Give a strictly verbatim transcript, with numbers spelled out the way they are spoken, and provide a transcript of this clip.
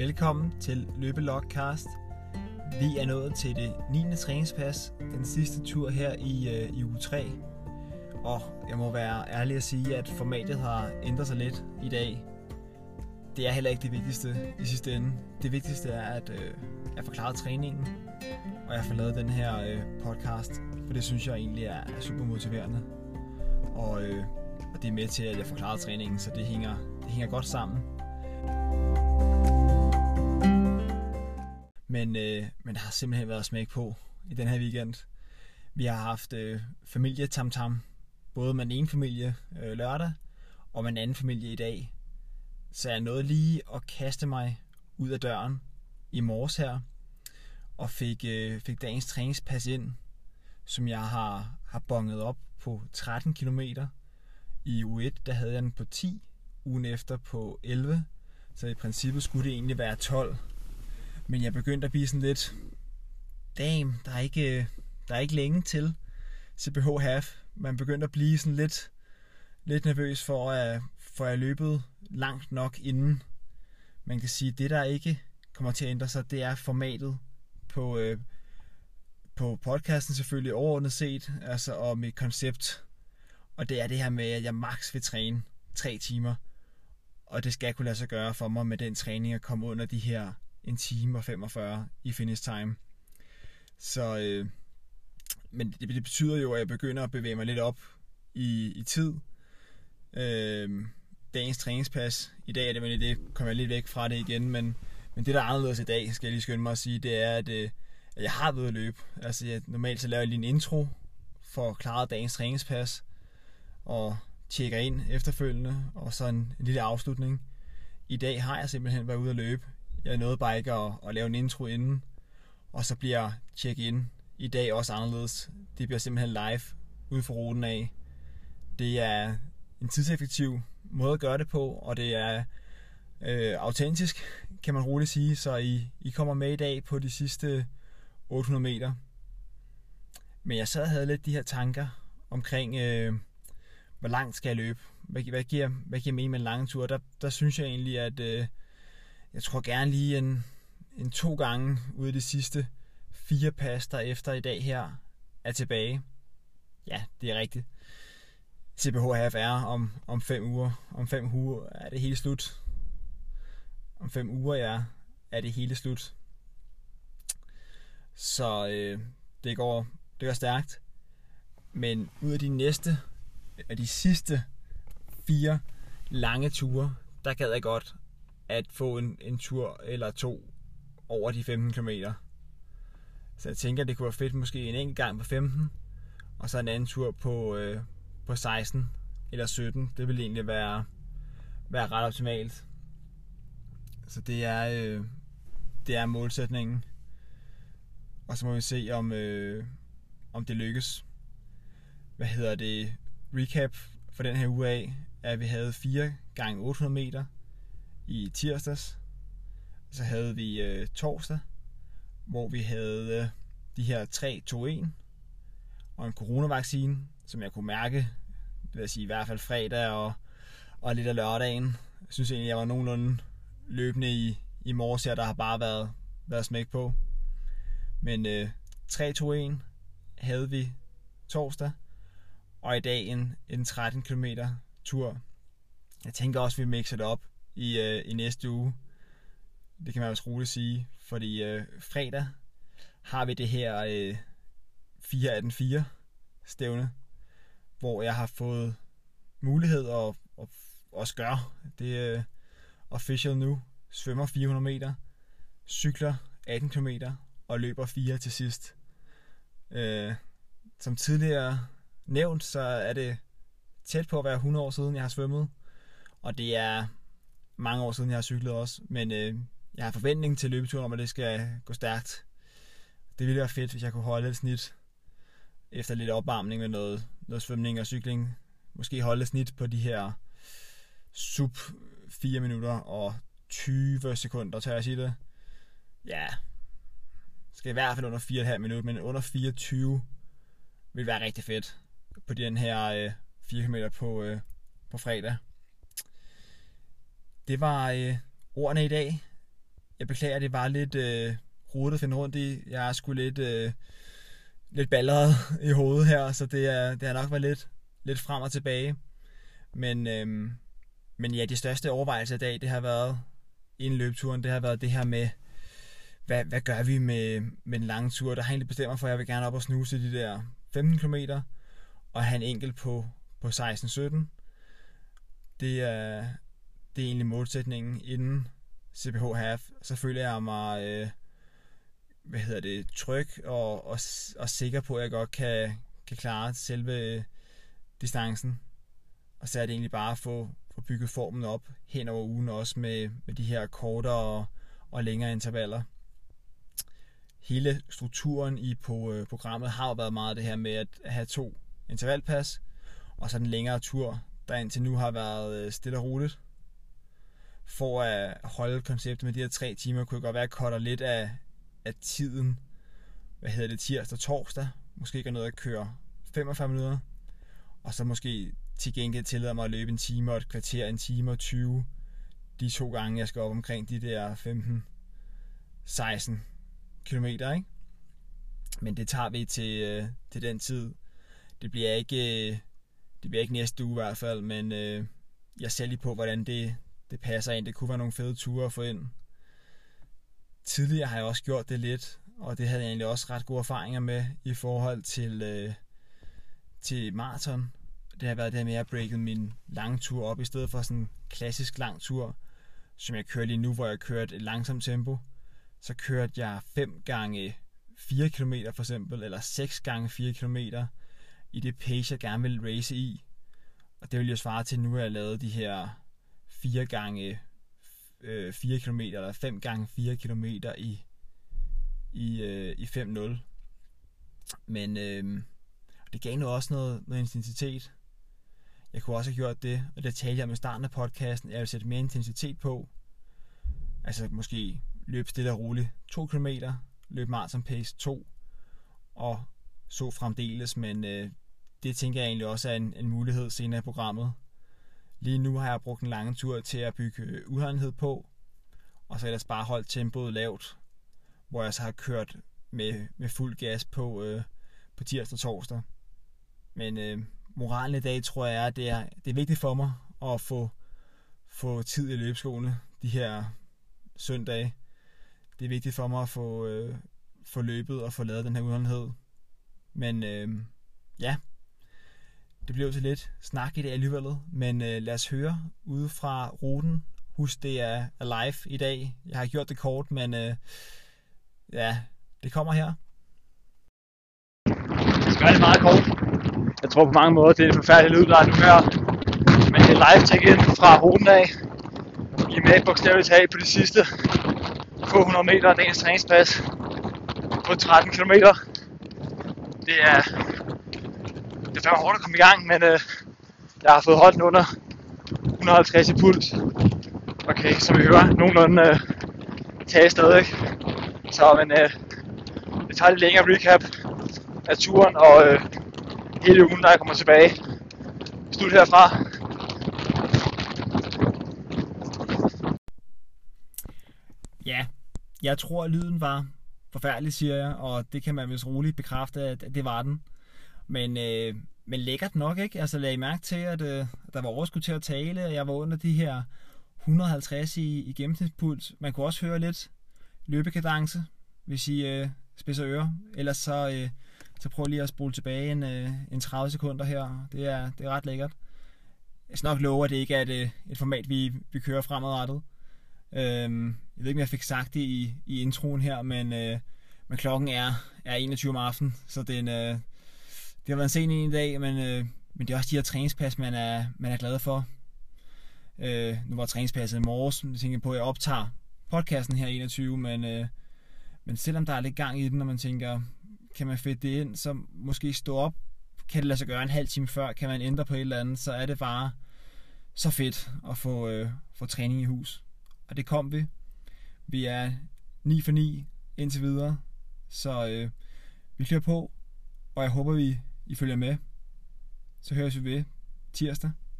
Velkommen til Løbelogcast. Vi er nået til det niende træningspas, den sidste tur her i, øh, i uge tre. Og jeg må være ærlig at sige, at formatet har ændret sig lidt i dag. Det er heller ikke det vigtigste i sidste ende. Det vigtigste er, at øh, jeg får klaret træningen, og jeg får lavet den her øh, podcast, for det synes jeg egentlig er, er super motiverende. Og, øh, og det er med til, at jeg får klaret træningen, så det hænger, det hænger godt sammen. Men, øh, men der har simpelthen været smæk på i den her weekend. Vi har haft øh, familie tam-tam, både med den ene familie øh, lørdag, og med den anden familie i dag. Så jeg nåede lige at kaste mig ud af døren i morges her, og fik, øh, fik dagens træningspas ind, som jeg har, har bonget op på tretten kilometer. I uge et, der havde jeg den på ti, ugen efter på elleve, så i princippet skulle det egentlig være tolv. Men jeg begyndte at blive sådan lidt, damn, der er ikke, der er ikke længe til C P H Half. Man begyndte at blive sådan lidt, lidt nervøs for, at for jeg løbet langt nok inden. Man kan sige, at det der ikke kommer til at ændre sig, det er formatet på, øh, på podcasten selvfølgelig overordnet set, altså og mit koncept. Og det er det her med, at jeg maks vil træne tre timer. Og det skal kunne lade sig gøre for mig med den træning at komme under de her en time og femogfyrre i finish time. Så, øh, men det, det betyder jo, at jeg begynder at bevæge mig lidt op i, i tid. Øh, dagens træningspas, i dag er det, men det kommer jeg lidt væk fra det igen, men, men det der er anderledes i dag, skal jeg lige skynde mig at sige, det er, at, øh, at jeg har været at løbe. Altså jeg, normalt så laver jeg lige en intro for at klare dagens træningspas, og tjekker ind efterfølgende, og så en, en lille afslutning. I dag har jeg simpelthen været ude at løbe. Jeg nåede bare ikke at, at lave en intro inden, og så bliver check-in i dag også anderledes. Det bliver simpelthen live ude for ruten af. Det er en tidseffektiv måde at gøre det på, og det er øh, autentisk, kan man roligt sige. Så I, I kommer med i dag på de sidste otte hundrede meter. Men jeg sad og havde lidt de her tanker omkring, øh, hvor langt skal jeg løbe? Hvad, hvad, giver, hvad giver mening med en lang tur? Der, der synes jeg egentlig, at øh, jeg tror gerne lige en, en to gange ud af de sidste fire pas, der efter i dag her er tilbage. Ja, det er rigtigt. C P H Half er om, om fem uger. Om fem uger er det hele slut. Om fem uger, ja, er det hele slut. Så øh, det, går, det går stærkt. Men ud af de næste, af de sidste fire lange ture, der gad jeg godt at få en, en tur eller to over de femten kilometer. Så jeg tænker, det kunne være fedt måske en enkelt gang på femten, og så en anden tur på, øh, på seksten eller sytten. Det vil egentlig være, være ret optimalt. Så det er, øh, det er målsætningen. Og så må vi se, om, øh, om det lykkes. Hvad hedder det? Recap for den her uge af, at vi havde fire gange otte hundrede meter i tirsdags. Så havde vi øh, torsdag, hvor vi havde øh, de her tre to en og en coronavaccine, som jeg kunne mærke, det vil sige i hvert fald fredag og, og lidt af lørdagen. Jeg synes egentlig, jeg var nogenlunde løbende i, i morges her, der har bare været, været smæk på. Men øh, tre to en havde vi torsdag, og i dag en, en tretten kilometer tur. Jeg tænker også, at vi mixer det op i, øh, i næste uge. Det kan man også roligt sige, fordi øh, fredag har vi det her øh, fire atten fire stævne, hvor jeg har fået mulighed at, at også gøre det øh, official nu. Svømmer fire hundrede meter, cykler atten kilometer og løber fire til sidst. Øh, som tidligere nævnt, så er det tæt på at være hundrede år siden, jeg har svømmet, og det er mange år siden, jeg har cyklet også, men øh, jeg har forventning til løbeturen om, at det skal gå stærkt. Det ville være fedt, hvis jeg kunne holde et snit efter lidt opvarmning med noget, noget svømning og cykling. Måske holde et snit på de her sub fire minutter og tyve sekunder, tør jeg sige det. Ja, skal i hvert fald under fire komma fem minutter, men under fireogtyve vil være rigtig fedt på den her øh, fire kilometer på, øh, på fredag. Det var øh, ordene i dag. jeg beklager, det var lidt øh, rodet at finde rundt i. Jeg er sgu lidt, øh, lidt balleret i hovedet her, så det, er, det har nok været lidt, lidt frem og tilbage. Men, øh, men ja, de største overvejelser i dag, det har været inden løbeturen, det har været det her med, hvad, hvad gør vi med, med den lange tur? Der har jeg egentlig bestemt mig for, at jeg vil gerne op og snuse de der femten kilometer, og have en enkelt på, på seksten sytten. Det er, det er egentlig målsætningen inden C P H Half. Så føler jeg mig øh, hvad hedder det, tryg og, og, og sikker på, at jeg godt kan, kan klare selve distancen. Og så er det egentlig bare at få, få bygget formen op hen over ugen, også med, med de her kortere og, og længere intervaller. Hele strukturen i på, øh, programmet har jo været meget det her med at have to intervalpas, og så den længere tur, der indtil nu har været øh, stille og roligt. For at holde konceptet med de her tre timer, kunne det godt være, at jeg cutter lidt af, af tiden, hvad hedder det, tirsdag og torsdag. Måske gøre noget at køre femogfyrre minutter, og så måske til gengæld tillader mig at løbe en time og et kvarter, en time og tyve, de to gange, jeg skal op omkring de der femten seksten kilometer, ikke? Men det tager vi til, øh, til den tid. Det bliver ikke, øh, det bliver ikke næste uge i hvert fald, men øh, jeg ser lige på, hvordan det, det passer ind. Det kunne være nogle fede ture at få ind. Tidligere har jeg også gjort det lidt, og det havde jeg egentlig også ret gode erfaringer med i forhold til, øh, til maraton. Det har været det med, at jeg breaket min lange tur op, i stedet for sådan en klassisk lang tur, som jeg kører lige nu, hvor jeg kørte et langsomt tempo. Så kørte jeg fem gange fire kilometer for eksempel, eller seks gange fire kilometer i det pace, jeg gerne vil race i. Og det vil jo svare til, nu at jeg har lavet de her fire gange fire kilometer, eller fem gange fire kilometer i, i, øh, i fem nul. Men øh, det gav nu også noget, noget intensitet. Jeg kunne også have gjort det, og det talte jeg om i starten af podcasten, jeg vil sætte mere intensitet på. Altså måske løb stille og roligt to kilometer, løb marathon pace to, og så fremdeles, men øh, det tænker jeg egentlig også er en, en mulighed senere i programmet. Lige nu har jeg brugt en lang tur til at bygge udholdenhed på, og så ellers bare holdt tempoet lavt, hvor jeg så har kørt med, med fuld gas på, øh, på tirsdag og torsdag. Men øh, moralen i dag tror jeg er, at det er, det er vigtigt for mig at få, få tid i løbeskoene de her søndage. Det er vigtigt for mig at få, øh, få løbet og få lavet den her udholdenhed. Men øh, ja, det blev til lidt snak i dag alligevel, men øh, lad os høre ude fra ruten. Husk, det er live i dag. Jeg har gjort det kort, men øh, ja, det kommer her. Jeg skal gøre det meget kort. Jeg tror på mange måder, det er en forfærdelig lyd, der er nu her. Men det er live check-in fra ruten af. I er med bogstaveligt talt på de sidste få hundrede meter af dagens træningspas på tretten kilometer. Det er, det er fandme hårdt at komme i gang, men øh, jeg har fået holdt den under et hundrede og halvtreds i puls. Okay, som vi hører, nogenlunde øh, tage stadig. Så men, øh, det tager lidt længere recap af turen og øh, hele ugen, når jeg kommer tilbage. Slut herfra. Ja, jeg tror, at lyden var forfærdelig, siger jeg, og det kan man vist roligt bekræfte, at det var den. Men, øh, men lækkert nok, ikke? Altså lagde I mærke til, at øh, der var overskud til at tale, og jeg var under de her et hundrede og halvtreds i, i gennemsnitspuls. Man kunne også høre lidt løbekadence, hvis I øh, spidser ører. Ellers så, øh, så prøv lige at spole tilbage en, øh, en tredive sekunder her. Det er, det er ret lækkert. Jeg skal nok love, at det ikke er et, et format, vi, vi kører fremadrettet. Øhm, jeg ved ikke, om jeg fik sagt det i, i introen her, men, øh, men klokken er, er enogtyve om aftenen, så den, øh, det har været en sen en i dag, men, øh, men det er også de her træningspas, man er, man er glad for. Øh, nu var træningspasset i morges, jeg tænker på, at jeg optager podcasten her enogtyve, men, øh, men selvom der er lidt gang i den, når man tænker, kan man fedte det ind, så måske stå op, kan det lade sig gøre en halv time før, kan man ændre på et eller andet, så er det bare så fedt at få, øh, få træning i hus. Og det kom vi. Vi er ni for ni indtil videre. Så øh, vi kører på. Og jeg håber, vi I følger med. Så høres vi ved tirsdag.